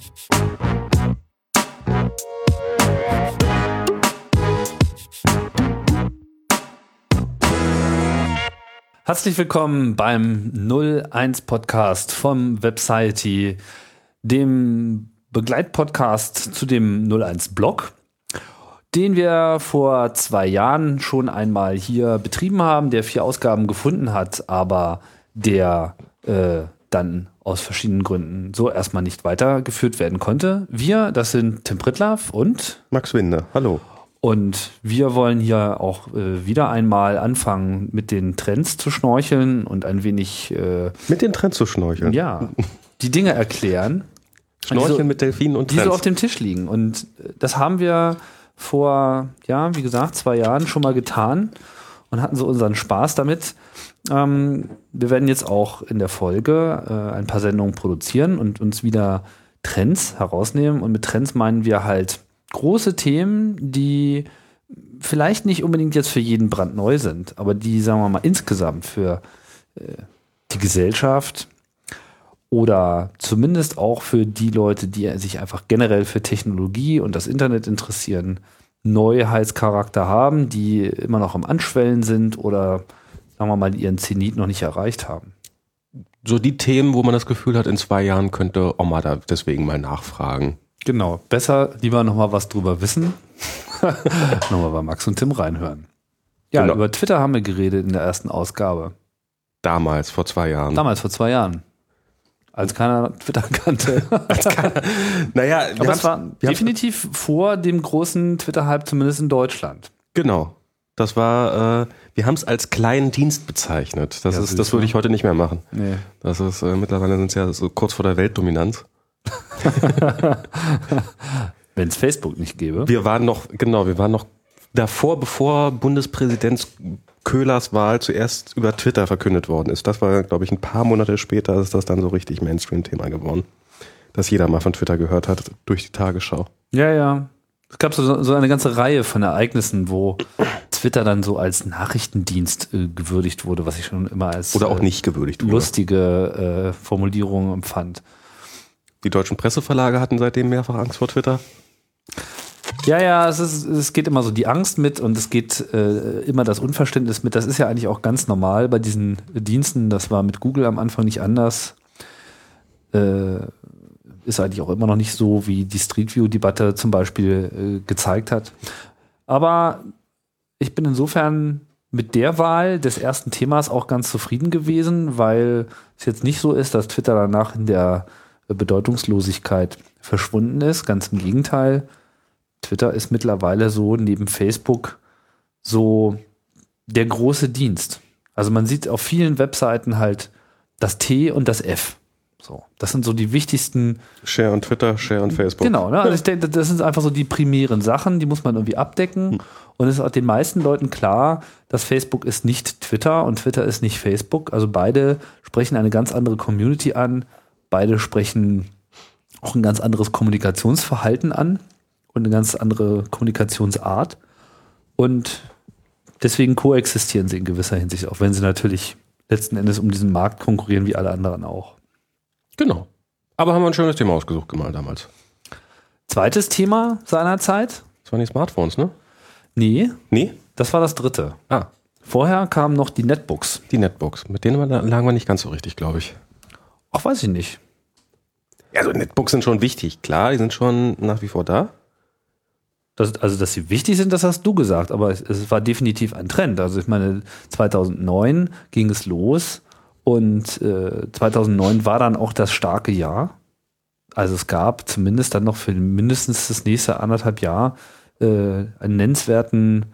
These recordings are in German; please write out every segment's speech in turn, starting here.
Herzlich willkommen beim 01 Podcast vom Websiety, dem Begleitpodcast zu dem 01 Blog, den wir vor 2 Jahren schon einmal hier betrieben haben, der 4 Ausgaben gefunden hat, aber der dann aus verschiedenen Gründen so erstmal nicht weitergeführt werden konnte. Wir, das sind Tim Prittlaff und Max Winde. Hallo. Und wir wollen hier auch wieder einmal anfangen, mit den Trends zu schnorcheln und ein wenig mit den Trends zu schnorcheln? Ja, die Dinge erklären. Schnorcheln mit Delfinen und Trends. Die so auf dem Tisch liegen. Und das haben wir vor, ja, wie gesagt, 2 Jahren schon mal getan und hatten so unseren Spaß damit. Wir werden jetzt auch in der Folge ein paar Sendungen produzieren und uns wieder Trends herausnehmen. Und mit Trends meinen wir halt große Themen, die vielleicht nicht unbedingt jetzt für jeden brandneu sind, aber die, sagen wir mal, insgesamt für die Gesellschaft oder zumindest auch für die Leute, die sich einfach generell für Technologie und das Internet interessieren, Neuheitscharakter haben, die immer noch am Anschwellen sind oder, sagen wir mal, ihren Zenit noch nicht erreicht haben. So die Themen, wo man das Gefühl hat, in 2 Jahren könnte Oma da deswegen mal nachfragen. Genau, besser lieber nochmal was drüber wissen. Nochmal bei Max und Tim reinhören. Ja, genau. Über Twitter haben wir geredet in der ersten Ausgabe. Damals, vor 2 Jahren. Damals, vor 2 Jahren. Als keiner Twitter kannte. Naja, aber es war definitiv vor dem großen Twitter-Hype, zumindest in Deutschland. Genau. Das war, wir haben es als kleinen Dienst bezeichnet. Das würde ich heute nicht mehr machen. Nee. Das ist, mittlerweile sind es ja so kurz vor der Weltdominanz. Wenn es Facebook nicht gäbe. Wir waren noch davor, bevor Bundespräsident Köhlers Wahl zuerst über Twitter verkündet worden ist. Das war, glaube ich, ein paar Monate später ist das dann so richtig Mainstream-Thema geworden. Dass jeder mal von Twitter gehört hat durch die Tagesschau. Ja, ja. Es gab so eine ganze Reihe von Ereignissen, wo Twitter dann so als Nachrichtendienst gewürdigt wurde, was ich schon immer als oder auch nicht gewürdigt wurde. Lustige Formulierung empfand. Die deutschen Presseverlage hatten seitdem mehrfach Angst vor Twitter. Ja, es geht immer so die Angst mit und es geht immer das Unverständnis mit. Das ist ja eigentlich auch ganz normal bei diesen Diensten. Das war mit Google am Anfang nicht anders. Ist eigentlich auch immer noch nicht so, wie die Street View-Debatte zum Beispiel gezeigt hat. Aber ich bin insofern mit der Wahl des ersten Themas auch ganz zufrieden gewesen, weil es jetzt nicht so ist, dass Twitter danach in der Bedeutungslosigkeit verschwunden ist. Ganz im Gegenteil. Twitter ist mittlerweile so neben Facebook so der große Dienst. Also man sieht auf vielen Webseiten halt das T und das F. So, das sind so die wichtigsten. Share und Twitter, Share und Facebook. Genau, ne? Also ich denke, das sind einfach so die primären Sachen, die muss man irgendwie abdecken. Und es ist auch den meisten Leuten klar, dass Facebook ist nicht Twitter und Twitter ist nicht Facebook. Also beide sprechen eine ganz andere Community an. Beide sprechen auch ein ganz anderes Kommunikationsverhalten an und eine ganz andere Kommunikationsart. Und deswegen koexistieren sie in gewisser Hinsicht, auch wenn sie natürlich letzten Endes um diesen Markt konkurrieren, wie alle anderen auch. Genau. Aber haben wir ein schönes Thema ausgesucht gemalt damals. Zweites Thema seinerzeit? Das waren die Smartphones, ne? Nee. Nee? Das war das dritte. Vorher kamen noch die Netbooks. Die Netbooks. Mit denen lagen wir nicht ganz so richtig, glaube ich. Ach, weiß ich nicht. Also Netbooks sind schon wichtig, klar, die sind schon nach wie vor da. Dass sie wichtig sind, das hast du gesagt, aber es war definitiv ein Trend. Also ich meine, 2009 ging es los und 2009 war dann auch das starke Jahr. Also es gab zumindest dann noch für mindestens das nächste 1,5 Jahr ein nennenswertes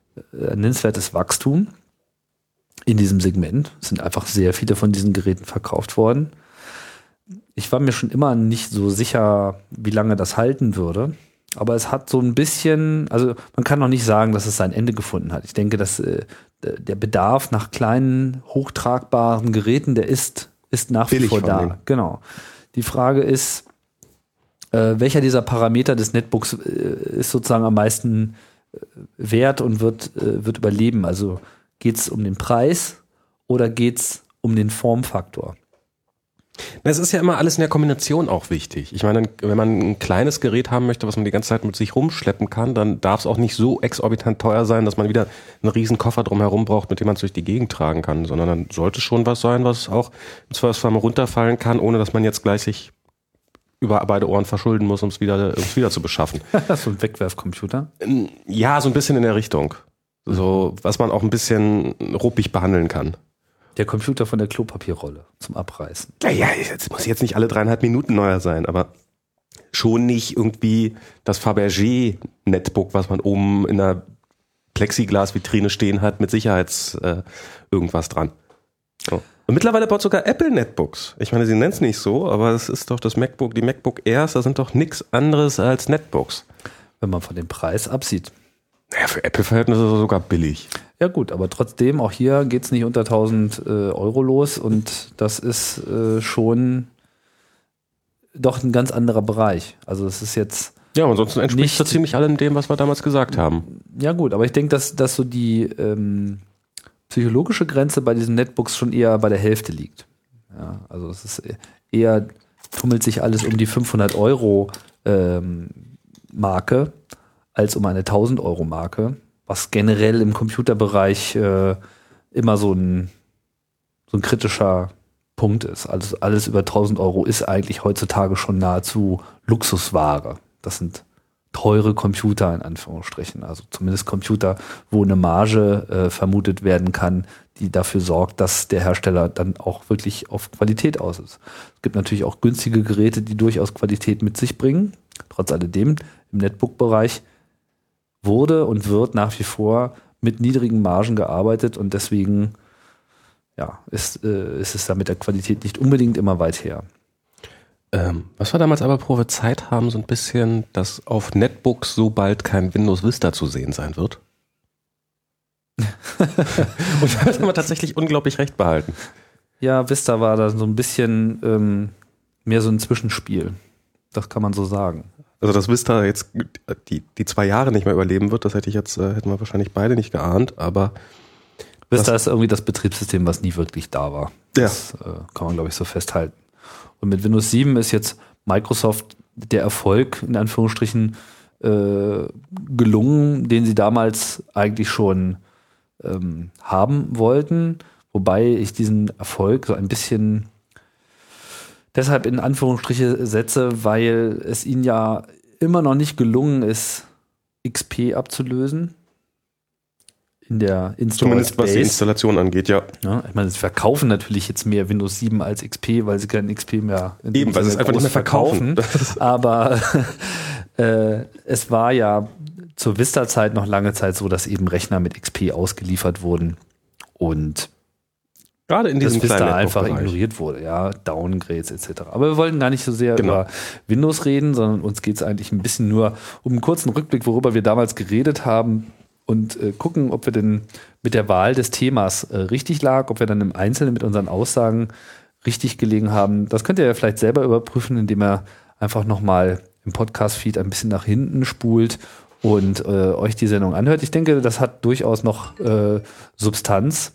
Wachstum in diesem Segment. Es sind einfach sehr viele von diesen Geräten verkauft worden. Ich war mir schon immer nicht so sicher, wie lange das halten würde. Aber es hat so ein bisschen, also man kann noch nicht sagen, dass es sein Ende gefunden hat. Ich denke, dass der Bedarf nach kleinen, hochtragbaren Geräten, der ist nach wie vor da. Genau. Die Frage ist, welcher dieser Parameter des Netbooks ist sozusagen am meisten wert und wird überleben? Also geht es um den Preis oder geht es um den Formfaktor? Es ist ja immer alles in der Kombination auch wichtig. Ich meine, wenn man ein kleines Gerät haben möchte, was man die ganze Zeit mit sich rumschleppen kann, dann darf es auch nicht so exorbitant teuer sein, dass man wieder einen riesen Koffer drumherum braucht, mit dem man es durch die Gegend tragen kann, sondern dann sollte schon was sein, was auch im Zweifelsfall mal runterfallen kann, ohne dass man jetzt gleich sich über beide Ohren verschulden muss, um es wieder zu beschaffen. So ein Wegwerfcomputer? Ja, so ein bisschen in der Richtung. So, was man auch ein bisschen ruppig behandeln kann. Der Computer von der Klopapierrolle zum Abreißen. Ja, jetzt muss jetzt nicht alle 3,5 Minuten neuer sein, aber schon nicht irgendwie das Fabergé-Netbook, was man oben in einer Plexiglas-Vitrine stehen hat, mit irgendwas dran. So. Und mittlerweile baut sogar Apple Netbooks. Ich meine, sie nennen es nicht so, aber es ist doch das MacBook, die MacBook Airs, das sind doch nichts anderes als Netbooks. Wenn man von dem Preis absieht. Naja, für Apple-Verhältnisse ist es sogar billig. Ja gut, aber trotzdem, auch hier geht es nicht unter 1.000 Euro los und das ist schon doch ein ganz anderer Bereich. Also es ist jetzt ja, ansonsten entspricht so ziemlich allem dem, was wir damals gesagt haben. Ja gut, aber ich denke, dass so die psychologische Grenze bei diesen Netbooks schon eher bei der Hälfte liegt. Ja, also es ist eher, tummelt sich alles um die 500 Euro Marke als um eine 1.000 Euro Marke, was generell im Computerbereich immer so ein kritischer Punkt ist. Also alles über 1.000 Euro ist eigentlich heutzutage schon nahezu Luxusware. Das sind teure Computer in Anführungsstrichen, also zumindest Computer, wo eine Marge vermutet werden kann, die dafür sorgt, dass der Hersteller dann auch wirklich auf Qualität aus ist. Es gibt natürlich auch günstige Geräte, die durchaus Qualität mit sich bringen. Trotz alledem, im Netbook-Bereich wurde und wird nach wie vor mit niedrigen Margen gearbeitet und deswegen ist es da mit der Qualität nicht unbedingt immer weit her. Was wir damals aber prophezeit haben, so ein bisschen, dass auf Netbooks so bald kein Windows Vista zu sehen sein wird. Und da haben wir tatsächlich unglaublich recht behalten. Ja, Vista war da so ein bisschen mehr so ein Zwischenspiel. Das kann man so sagen. Also dass Vista jetzt die 2 Jahre nicht mehr überleben wird, das hätten wir wahrscheinlich beide nicht geahnt, aber Vista ist irgendwie das Betriebssystem, was nie wirklich da war. Ja. Das kann man, glaube ich, so festhalten. Und mit Windows 7 ist jetzt Microsoft der Erfolg, in Anführungsstrichen, gelungen, den sie damals eigentlich schon haben wollten. Wobei ich diesen Erfolg so ein bisschen deshalb in Anführungsstriche setze, weil es ihnen ja immer noch nicht gelungen ist, XP abzulösen. In der Zumindest was die Installation angeht, ja. Ich meine, sie verkaufen natürlich jetzt mehr Windows 7 als XP, weil sie kein XP mehr eben, weil sie es einfach nicht mehr verkaufen. Aber es war ja zur Vista-Zeit noch lange Zeit so, dass eben Rechner mit XP ausgeliefert wurden und gerade in diesem das Vista einfach ignoriert wurde, ja, Downgrades etc. Aber wir wollten gar nicht so sehr über Windows reden, sondern uns geht es eigentlich ein bisschen nur um einen kurzen Rückblick, worüber wir damals geredet haben und gucken, ob wir denn mit der Wahl des Themas richtig lag, ob wir dann im Einzelnen mit unseren Aussagen richtig gelegen haben. Das könnt ihr ja vielleicht selber überprüfen, indem ihr einfach nochmal im Podcast-Feed ein bisschen nach hinten spult und euch die Sendung anhört. Ich denke, das hat durchaus noch Substanz.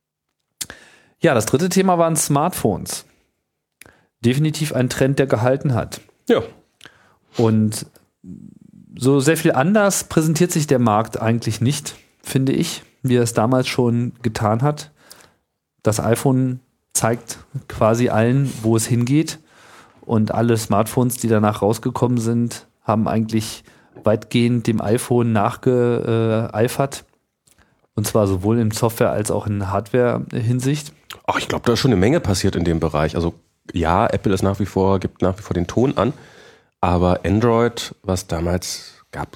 Ja, das dritte Thema waren Smartphones. Definitiv ein Trend, der gehalten hat. Ja. Und so sehr viel anders präsentiert sich der Markt eigentlich nicht, finde ich, wie er es damals schon getan hat. Das iPhone zeigt quasi allen, wo es hingeht. Und alle Smartphones, die danach rausgekommen sind, haben eigentlich weitgehend dem iPhone nachgeeifert. Und zwar sowohl in Software- als auch in Hardware-Hinsicht. Ach, ich glaube, da ist schon eine Menge passiert in dem Bereich. Also ja, Apple ist gibt nach wie vor den Ton an. Aber Android, was damals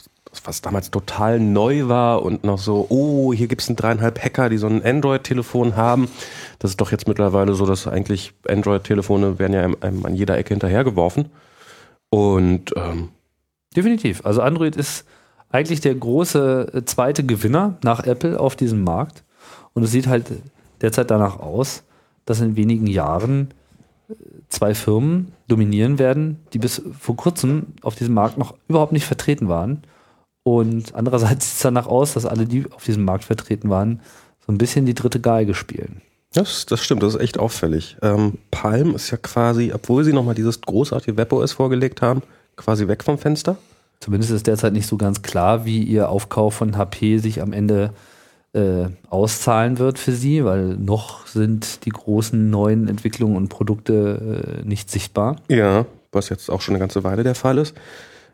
total neu war und noch so, hier gibt es 3,5 Hacker, die so ein Android-Telefon haben. Das ist doch jetzt mittlerweile so, dass eigentlich Android-Telefone werden ja einem an jeder Ecke hinterhergeworfen. Und definitiv. Also Android ist eigentlich der große zweite Gewinner nach Apple auf diesem Markt. Und es sieht halt derzeit danach aus, dass in wenigen Jahren 2 Firmen dominieren werden, die bis vor kurzem auf diesem Markt noch überhaupt nicht vertreten waren. Und andererseits sieht es danach aus, dass alle, die auf diesem Markt vertreten waren, so ein bisschen die dritte Geige spielen. Das stimmt, das ist echt auffällig. Palm ist ja quasi, obwohl sie nochmal dieses großartige WebOS vorgelegt haben, quasi weg vom Fenster. Zumindest ist derzeit nicht so ganz klar, wie ihr Aufkauf von HP sich am Ende auszahlen wird für sie, weil noch sind die großen neuen Entwicklungen und Produkte nicht sichtbar. Ja, was jetzt auch schon eine ganze Weile der Fall ist.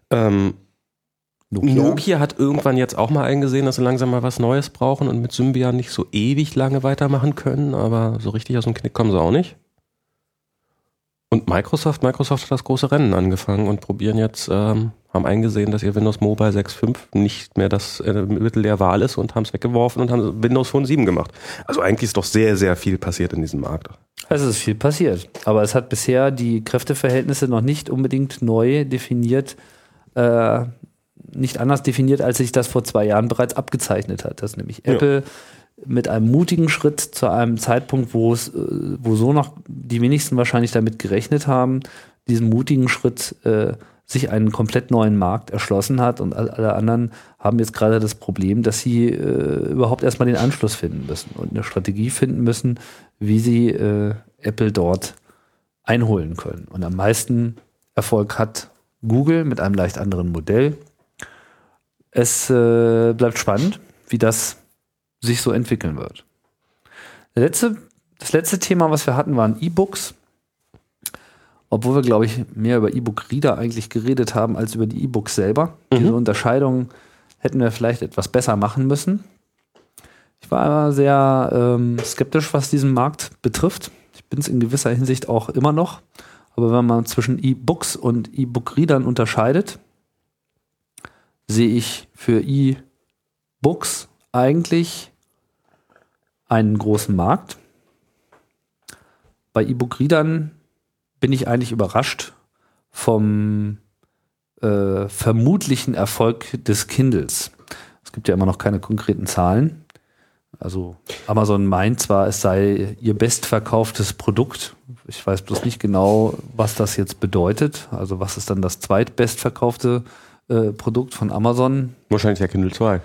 Nokia hat irgendwann jetzt auch mal eingesehen, dass sie langsam mal was Neues brauchen und mit Symbian nicht so ewig lange weitermachen können, aber so richtig aus dem Knick kommen sie auch nicht. Und Microsoft hat das große Rennen angefangen und probieren jetzt, haben eingesehen, dass ihr Windows Mobile 6.5 nicht mehr das Mittel der Wahl ist und haben es weggeworfen und haben Windows Phone 7 gemacht. Also eigentlich ist doch sehr, sehr viel passiert in diesem Markt. Es ist viel passiert, aber es hat bisher die Kräfteverhältnisse noch nicht unbedingt neu definiert, nicht anders definiert, als sich das vor 2 Jahren bereits abgezeichnet hat. Dass nämlich Apple mit einem mutigen Schritt zu einem Zeitpunkt, wo so noch die wenigsten wahrscheinlich damit gerechnet haben, diesen mutigen Schritt sich einen komplett neuen Markt erschlossen hat und alle anderen haben jetzt gerade das Problem, dass sie überhaupt erstmal den Anschluss finden müssen und eine Strategie finden müssen, wie sie Apple dort einholen können. Und am meisten Erfolg hat Google mit einem leicht anderen Modell. Es bleibt spannend, wie das sich so entwickeln wird. Das letzte Thema, was wir hatten, waren E-Books. Obwohl wir, glaube ich, mehr über E-Book-Reader eigentlich geredet haben, als über die E-Books selber. Diese Unterscheidung hätten wir vielleicht etwas besser machen müssen. Ich war aber sehr skeptisch, was diesen Markt betrifft. Ich bin es in gewisser Hinsicht auch immer noch. Aber wenn man zwischen E-Books und E-Book-Readern unterscheidet, sehe ich für E-Books eigentlich einen großen Markt. Bei E-Book-Readern bin ich eigentlich überrascht vom vermutlichen Erfolg des Kindles. Es gibt ja immer noch keine konkreten Zahlen. Also Amazon meint zwar, es sei ihr bestverkauftes Produkt. Ich weiß bloß nicht genau, was das jetzt bedeutet. Also was ist dann das zweitbestverkaufte Produkt von Amazon? Wahrscheinlich der Kindle 2.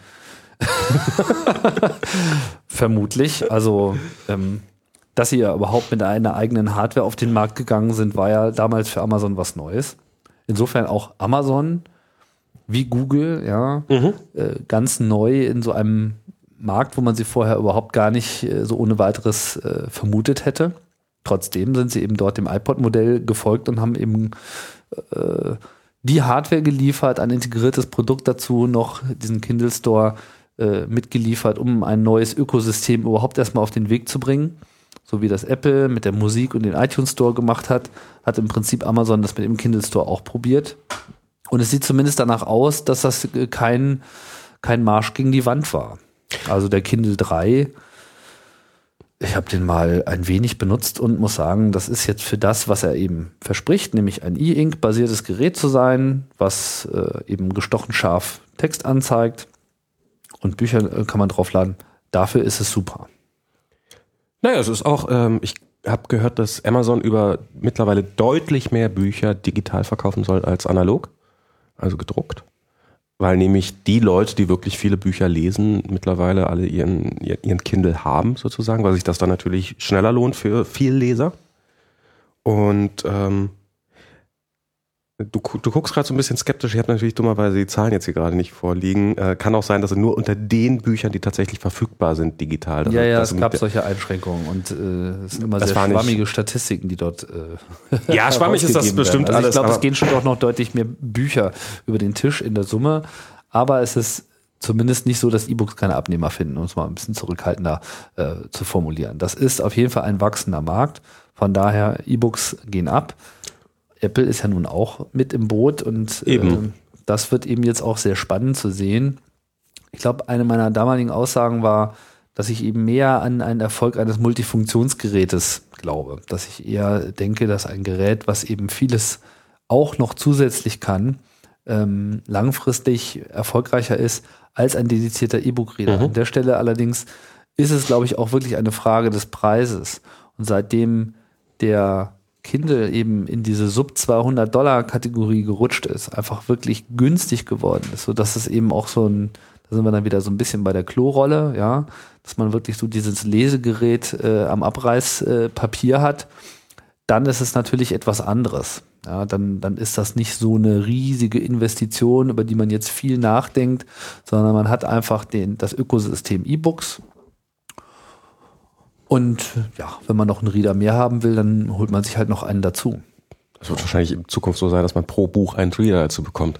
Vermutlich. Also dass sie ja überhaupt mit einer eigenen Hardware auf den Markt gegangen sind, war ja damals für Amazon was Neues. Insofern auch Amazon wie Google, ganz neu in so einem Markt, wo man sie vorher überhaupt gar nicht so ohne weiteres vermutet hätte. Trotzdem sind sie eben dort dem iPod-Modell gefolgt und haben eben die Hardware geliefert, ein integriertes Produkt dazu, noch diesen Kindle Store mitgeliefert, um ein neues Ökosystem überhaupt erstmal auf den Weg zu bringen. So wie das Apple mit der Musik und den iTunes Store gemacht hat, hat im Prinzip Amazon das mit dem Kindle Store auch probiert. Und es sieht zumindest danach aus, dass das kein Marsch gegen die Wand war. Also der Kindle 3, ich habe den mal ein wenig benutzt und muss sagen, das ist jetzt für das, was er eben verspricht, nämlich ein E-Ink-basiertes Gerät zu sein, was eben gestochen scharf Text anzeigt und Bücher kann man draufladen. Dafür ist es super. Naja, es ist auch, ich habe gehört, dass Amazon über mittlerweile deutlich mehr Bücher digital verkaufen soll als analog, also gedruckt. Weil nämlich die Leute, die wirklich viele Bücher lesen, mittlerweile alle ihren Kindle haben sozusagen, weil sich das dann natürlich schneller lohnt für viel Leser. Und du guckst gerade so ein bisschen skeptisch. Ich habe natürlich dummerweise die Zahlen jetzt hier gerade nicht vorliegen. Kann auch sein, dass es nur unter den Büchern, die tatsächlich verfügbar sind, digital. Es gab solche Einschränkungen und es sind immer sehr schwammige Statistiken, die dort ja, schwammig ist das bestimmt also alles. Ich glaube, es gehen schon auch noch deutlich mehr Bücher über den Tisch in der Summe, aber es ist zumindest nicht so, dass E-Books keine Abnehmer finden, um es mal ein bisschen zurückhaltender zu formulieren. Das ist auf jeden Fall ein wachsender Markt. Von daher, E-Books gehen ab. Apple ist ja nun auch mit im Boot und das wird eben jetzt auch sehr spannend zu sehen. Ich glaube, eine meiner damaligen Aussagen war, dass ich eben mehr an einen Erfolg eines Multifunktionsgerätes glaube. Dass ich eher denke, dass ein Gerät, was eben vieles auch noch zusätzlich kann, langfristig erfolgreicher ist als ein dedizierter E-Book-Reader. An der Stelle allerdings ist es, glaube ich, auch wirklich eine Frage des Preises. Und seitdem der Kindle eben in diese Sub-$200 Kategorie gerutscht ist, einfach wirklich günstig geworden ist, sodass es eben auch dass Da sind wir dann wieder so ein bisschen bei der Klorolle, ja, dass man wirklich so dieses Lesegerät am Abreißpapier hat. Dann ist es natürlich etwas anderes. Ja, dann ist das nicht so eine riesige Investition, über die man jetzt viel nachdenkt, sondern man hat einfach das Ökosystem E-Books. Und ja, wenn man noch einen Reader mehr haben will, dann holt man sich halt noch einen dazu. Es wird wahrscheinlich in Zukunft so sein, dass man pro Buch einen Reader dazu bekommt.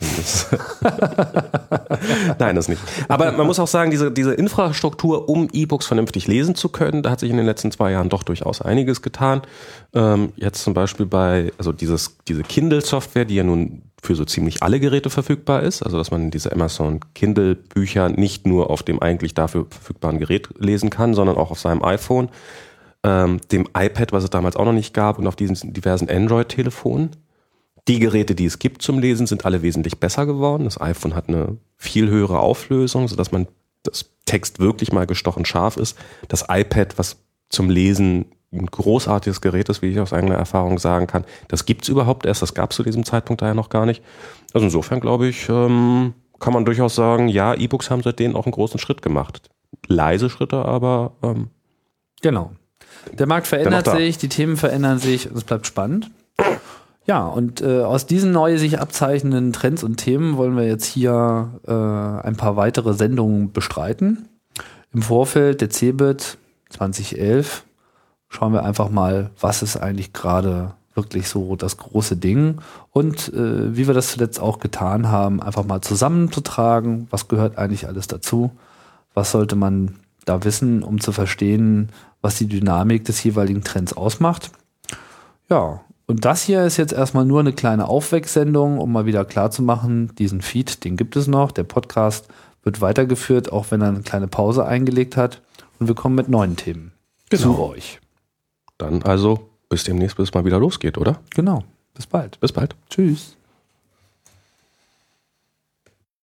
Nein, das nicht. Aber man muss auch sagen, diese Infrastruktur, um E-Books vernünftig lesen zu können, da hat sich in den letzten 2 Jahren doch durchaus einiges getan. Jetzt zum Beispiel diese Kindle-Software, die ja nun für so ziemlich alle Geräte verfügbar ist, also dass man diese Amazon Kindle-Bücher nicht nur auf dem eigentlich dafür verfügbaren Gerät lesen kann, sondern auch auf seinem iPhone, dem iPad, was es damals auch noch nicht gab, und auf diesen diversen Android-Telefonen. Die Geräte, die es gibt zum Lesen, sind alle wesentlich besser geworden. Das iPhone hat eine viel höhere Auflösung, sodass das Text wirklich mal gestochen scharf ist. Das iPad, was zum Lesen ein großartiges Gerät ist, wie ich aus eigener Erfahrung sagen kann, das gibt's überhaupt erst, das gab es zu diesem Zeitpunkt daher noch gar nicht. Also insofern glaube ich, kann man durchaus sagen, ja, E-Books haben seitdem auch einen großen Schritt gemacht. Leise Schritte, aber genau. Der Markt verändert sich, die Themen verändern sich und es bleibt spannend. Ja, und aus diesen neu sich abzeichnenden Trends und Themen wollen wir jetzt hier ein paar weitere Sendungen bestreiten. Im Vorfeld der CeBIT 2011 schauen wir einfach mal, was ist eigentlich gerade wirklich so das große Ding und wie wir das zuletzt auch getan haben, einfach mal zusammenzutragen, was gehört eigentlich alles dazu, was sollte man da wissen, um zu verstehen, was die Dynamik des jeweiligen Trends ausmacht. Ja, und das hier ist jetzt erstmal nur eine kleine Aufwecksendung, um mal wieder klarzumachen, diesen Feed, den gibt es noch, der Podcast wird weitergeführt, auch wenn er eine kleine Pause eingelegt hat und wir kommen mit neuen Themen zu euch. Dann also bis demnächst, bis es mal wieder losgeht, oder? Genau, bis bald. Bis bald. Tschüss.